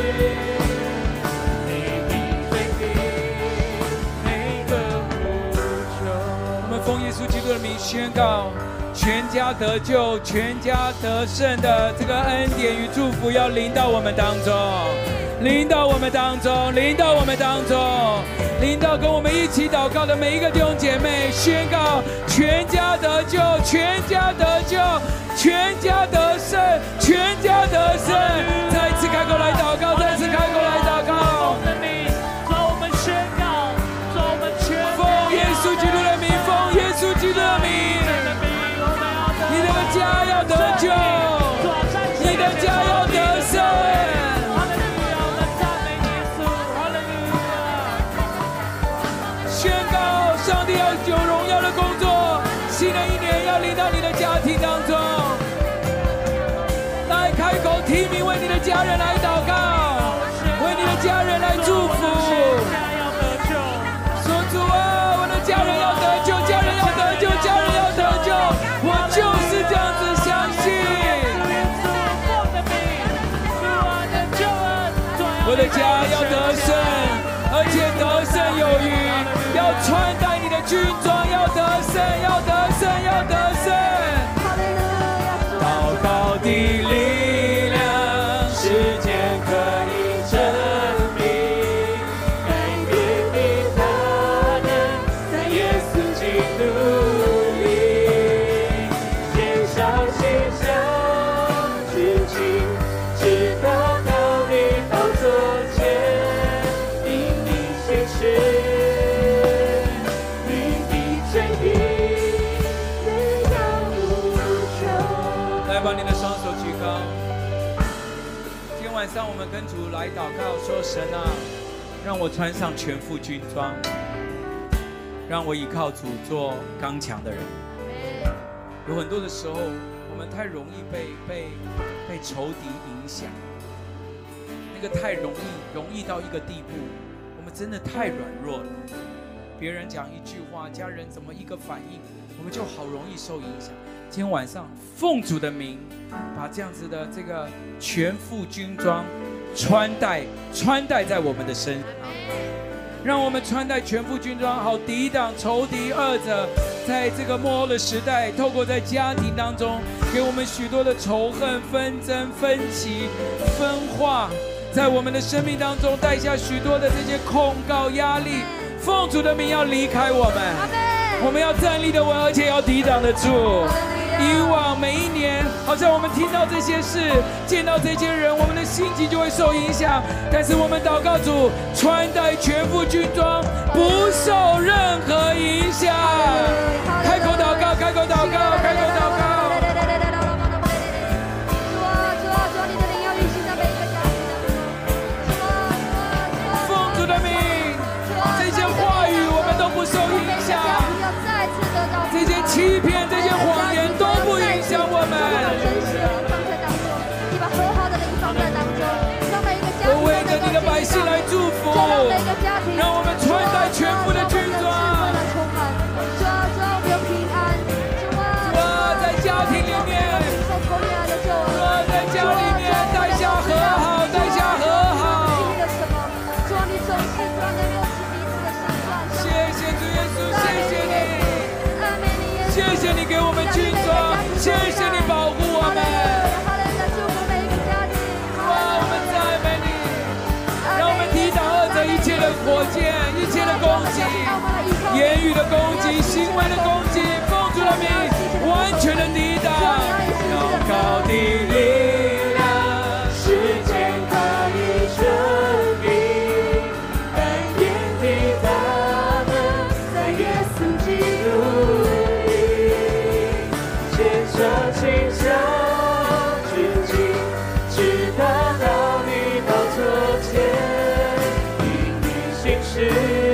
你必垂听每个呼求。我们奉耶稣基督的名宣告，全家得救、全家得胜的这个恩典与祝福要临到我们当中，临到我们当中，临到我们当中，临到跟我们一起祷告的每一个弟兄姐妹，宣告全家得救，全家得救，全家得胜，全家得胜。再一次开口来祷告，再一次开口来祷告。 我们宣告，我们宣告， 奉耶稣基督的名，奉耶稣基督的名，你的家要得救，你的家要得胜。宣告上帝要有荣耀的工作，新的一年要临到你的家庭当中。来开口提名，为你的家人来祷告，为你的家人来祝福。说主啊，我的家人要得救，家人要得救，家人要得救，我就是这样子相信。我的家要得胜，而且得胜有余，要穿戴你的军装，要得胜，要得胜，要得胜。祷告的力量，时间可以证明，改变的大能，在耶稣基督里，献上馨香之祭，直到你宝座前，因你心事，你必垂听每个呼求。来，把你的双手举高。 晚上我们跟主来祷告，说神啊，让我穿上全副军装，让我依靠主做刚强的人。有很多的时候，我们太容易被仇敌影响，那个太容易到一个地步，我们真的太软弱了。别人讲一句话，家人怎么一个反应，我们就好容易受影响。今天晚上奉主的名，把这样子的这个全副军装穿戴在我们的身上，让我们穿戴全副军装，好抵挡仇敌恶者在这个末后的时代，透过在家庭当中给我们许多的仇恨、纷争、分歧、分化，在我们的生命当中带下许多的这些控告、压力。奉主的名要离开我们，我们要站立的稳，而且要抵挡得住。以往每一年，好像我们听到这些事，见到这些人，我们的心情就会受影响。但是我们祷告主，穿戴全副军装，不受任何影响。开口祷告，开口祷告，开口祷告。奉主的名，这些话语我们都不受影响，这些欺骗、这些谎言都不影响我们。我为着你的百姓来祝福，让我们穿戴全副的军装。主啊，在家庭里面，主啊，在家里面带下和好，带下和好。谢谢主耶稣，谢谢你，谢谢你给我们军装，谢谢你保护我们。哇，我们赞美你，让我们抵挡恶者一切的火箭，一切的攻击，言语的攻击，行为的攻击，奉主的名完全的抵挡。高高的力量，世界可以证明，改变的大能在耶稣基督里，牵手倾向至今，直达到你宝座前，因你行事，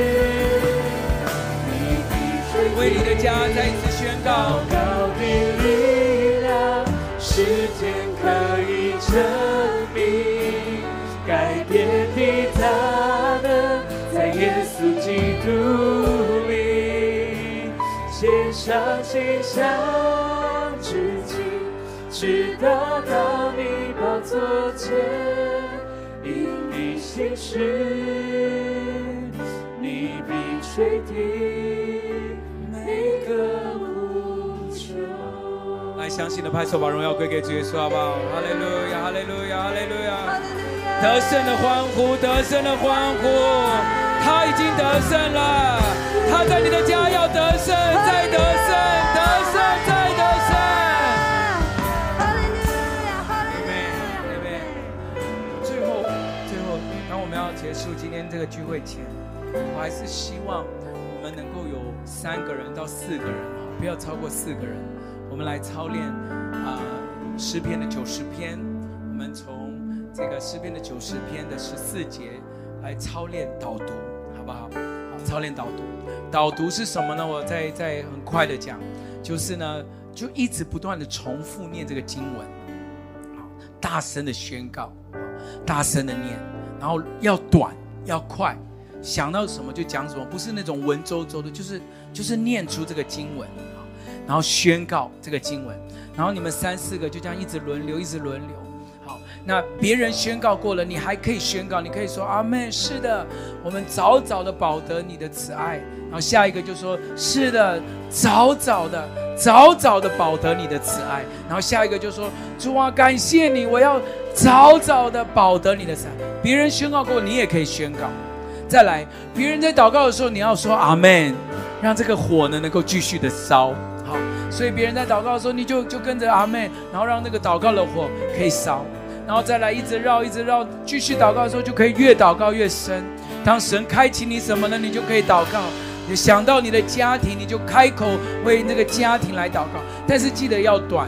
为你的家再一次宣告。高的力量，时间可以证明，改变的大能在耶稣基督里，献上倾向至今，直达到你宝座前，因你行事，你必垂听每个呼求。来，相信的拍手，把荣耀归给主耶稣，好不好？哈利路亚，哈利路亚，哈利路亚！得胜的欢呼，得胜的欢呼！他已经得胜了，他在你的家要得胜，再得胜，得胜，再得胜！哈利路亚，哈利路亚！最后，当我们要结束今天这个聚会前，我还是希望我们能够有3个人到4个人，不要超过4个人。我们来操练诗篇的90篇，我们从这个诗篇的90篇的14节来操练导读，好不好？好，操练导读。导读是什么呢？我再很快的讲，就是呢，就一直不断的重复念这个经文，好，大声的宣告，大声的念，然后要短要快，想到什么就讲什么，不是那种文绉绉的，就是念出这个经文，然后宣告这个经文，然后你们3、4个就这样一直轮流，一直轮流。好，那别人宣告过了，你还可以宣告，你可以说阿们，是的，我们早早的饱得你的慈爱。然后下一个就说是的，早早的饱得你的慈爱。然后下一个就说主啊，感谢你，我要早早的饱得你的慈爱。别人宣告过，你也可以宣告。再来，别人在祷告的时候，你要说阿们，让这个火呢能够继续的烧。好，所以别人在祷告的时候，你就跟着阿们，然后让那个祷告的火可以烧，然后再来一直绕，继续祷告的时候就可以越祷告越深。当神开启你什么呢，你就可以祷告。你想到你的家庭，你就开口为那个家庭来祷告，但是记得要短，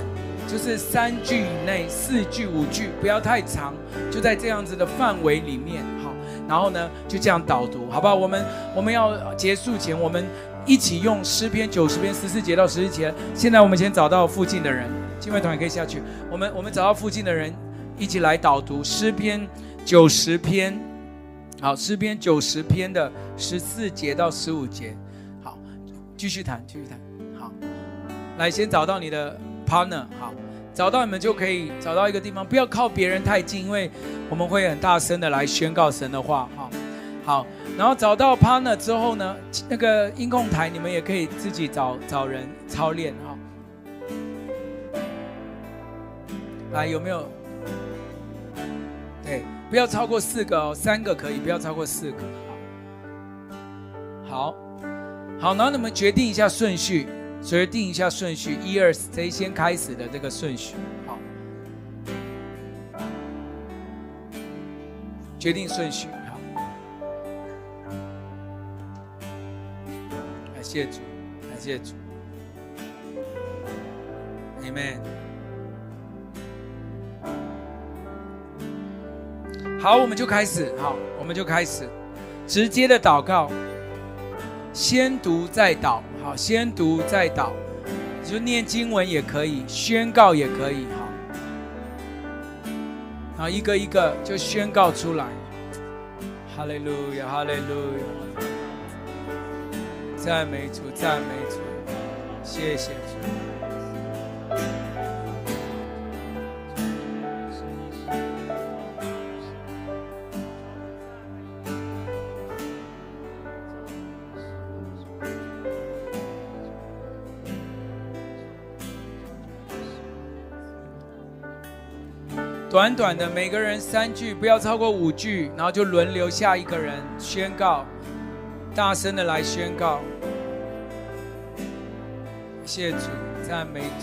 就是3句以内，4句5句，不要太长，就在这样子的范围里面。好，然后呢就这样导读，好不好？我们要结束前，我们一起用诗篇90篇14节到14节。现在我们先找到附近的人，敬拜团也可以下去。我们找到附近的人，一起来导读诗篇90篇。好，诗篇90篇的14节到15节。好，继续谈。好，来先找到你的 partner。好，找到你们就可以找到一个地方，不要靠别人太近，因为我们会很大声的来宣告神的话。好，然后找到 partner 之后呢，那个音控台你们也可以自己找人操练。好，来，有没有？对，不要超过4个哦，3个可以，不要超过4个。好，然后你们决定一下顺序，1、2谁先开始的这个顺序。好，决定顺序。好，感谢主 ，Amen。好，我们就开始，直接的祷告，先读再祷。好，先读再祷，就念经文也可以，宣告也可以。好，然后一个一个就宣告出来。哈利路亚，哈利路亚，赞美主，谢谢主。短短的，每个人3句，不要超过5句，然后就轮流下一个人宣告，大声的来宣告。谢主，赞美主。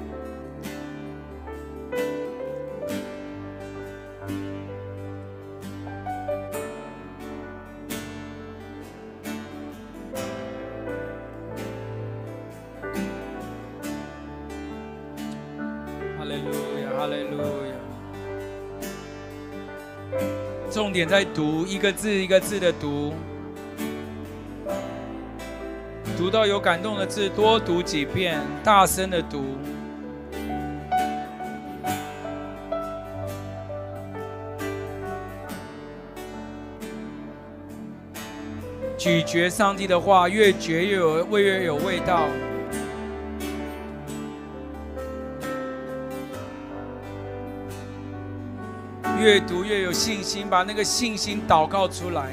哈利路亚，哈利路亚。重点在读，一个字一个字的读，读到有感动的字，多读几遍，大声的读。咀嚼上帝的话，越嚼越有味道。越读越有信心，把那个信心祷告出来。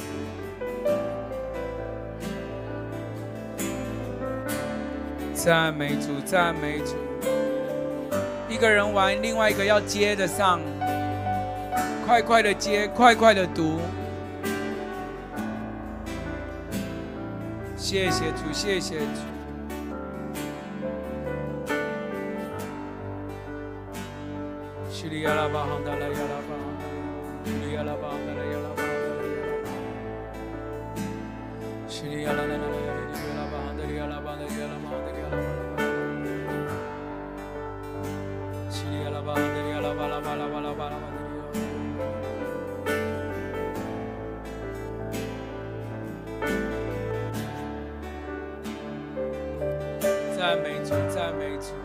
赞美主，赞美主。一个人玩，另外一个要接得上，快快的接，快快的读。谢谢主，谢谢主。叙利亚拉巴杭达拉亚拉巴，叙利亚拉巴杭达拉亚拉巴，叙利亚拉拉拉拉拉巴杭达拉亚拉巴，叙利亚拉巴杭达拉亚拉巴拉巴拉巴拉巴拉巴。赞美主，赞美主。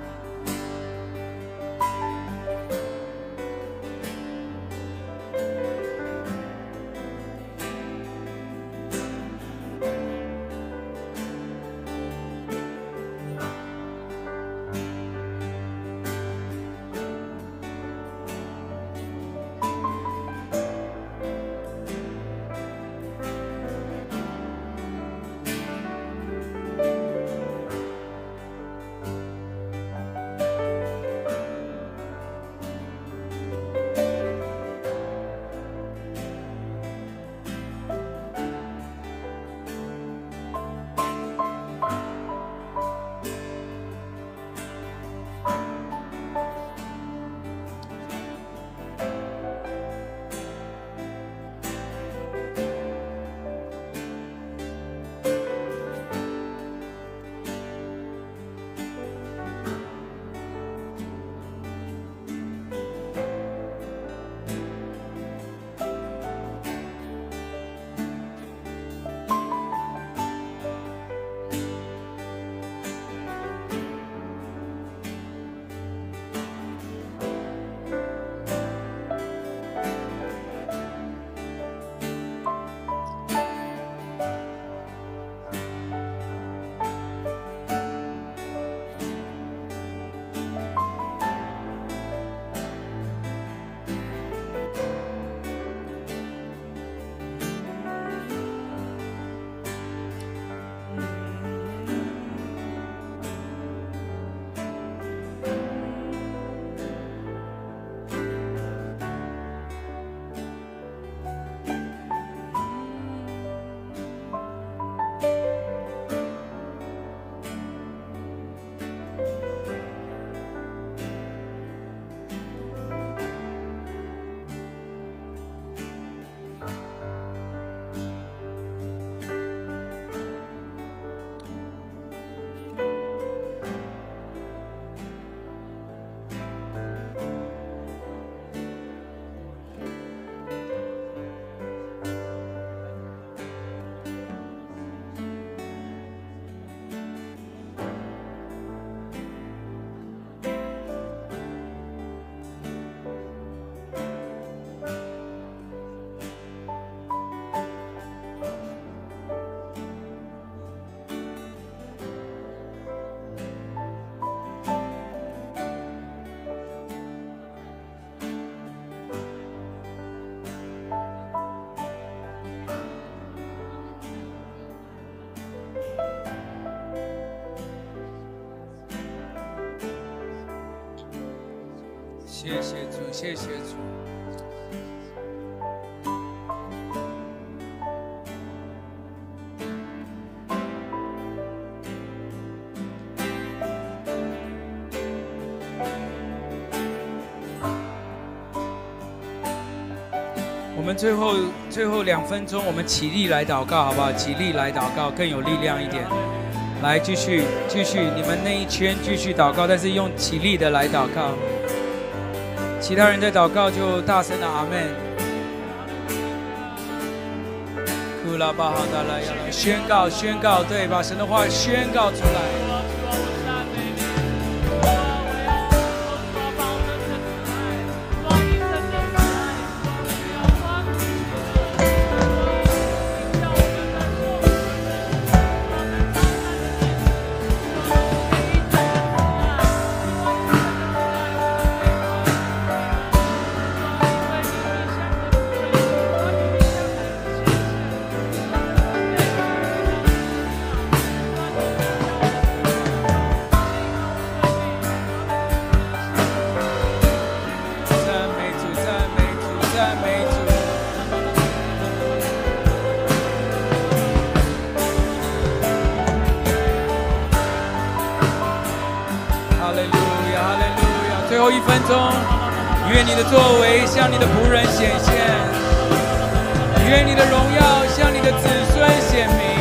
谢谢主，谢谢主。我们最后2分钟，我们起立来祷告，好不好？起立来祷告，更有力量一点。来，继续，你们那一圈继续祷告，但是用起立的来祷告。其他人在祷告就大声的阿们。库拉巴哈达拉亚拉，宣告，对，把神的话宣告出来。1分钟，愿你的作为向你的仆人显现，愿你的荣耀向你的子孙显明。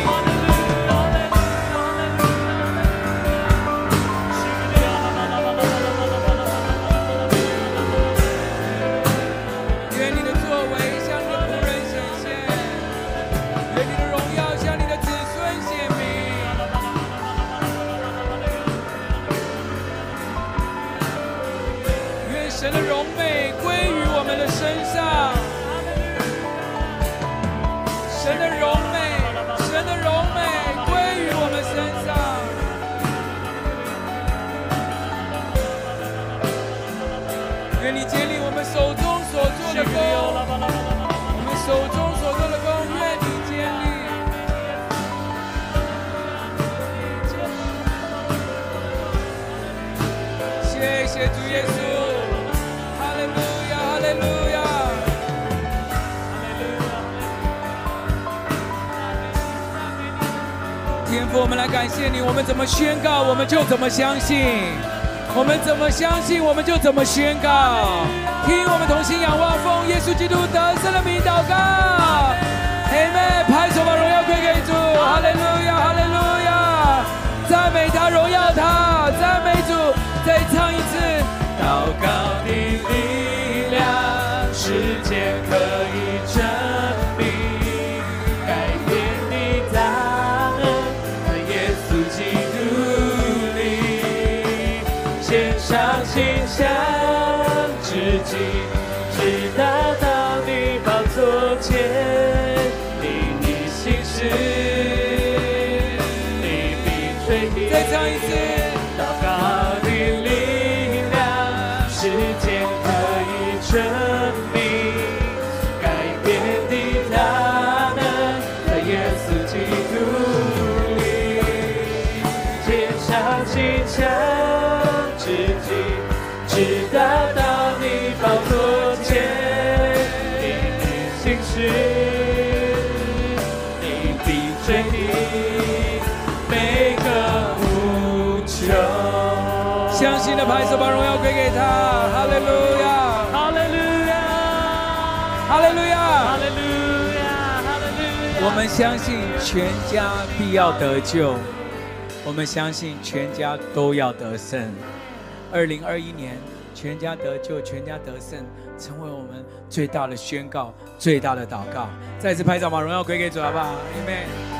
愿你的作为向你的仆人显现，愿你的荣耀向你的子孙显明。神的荣美归于我们的身上，神的荣美归于我们身上。愿你建立我们手中所做的工，我们手中所做的工，愿你建立。谢谢主耶稣。天父，我们来感谢你。我们怎么宣告，我们就怎么相信；我们怎么相信，我们就怎么宣告。听我们同心仰望，奉耶稣基督得胜的名祷告。阿们！拍手把荣耀归给主。哈利路亚，哈利路亚！赞美他，荣耀他，赞美主。再唱一次。祷告的力量，世界可以证明，改变的大能，在耶稣基督里，献上心香至极，直达到你宝座前，你的心事，你必垂听。再唱一次。祷告的力量，世界可以证明，改变的大能，在耶稣基督里，献上心香至极，直达到你宝座前，你的心事，你必垂听每个无穷。相信的拍手，把荣耀归给他。哈利路亚，哈利路亚，哈利路亚，哈利路亚，哈利路亚。我们相信全家必要得救，我们相信全家都要得胜。2021年，全家得救，全家得胜，成为我们最大的宣告，最大的祷告。再次拍掌，把荣耀归给主，好不好？阿们。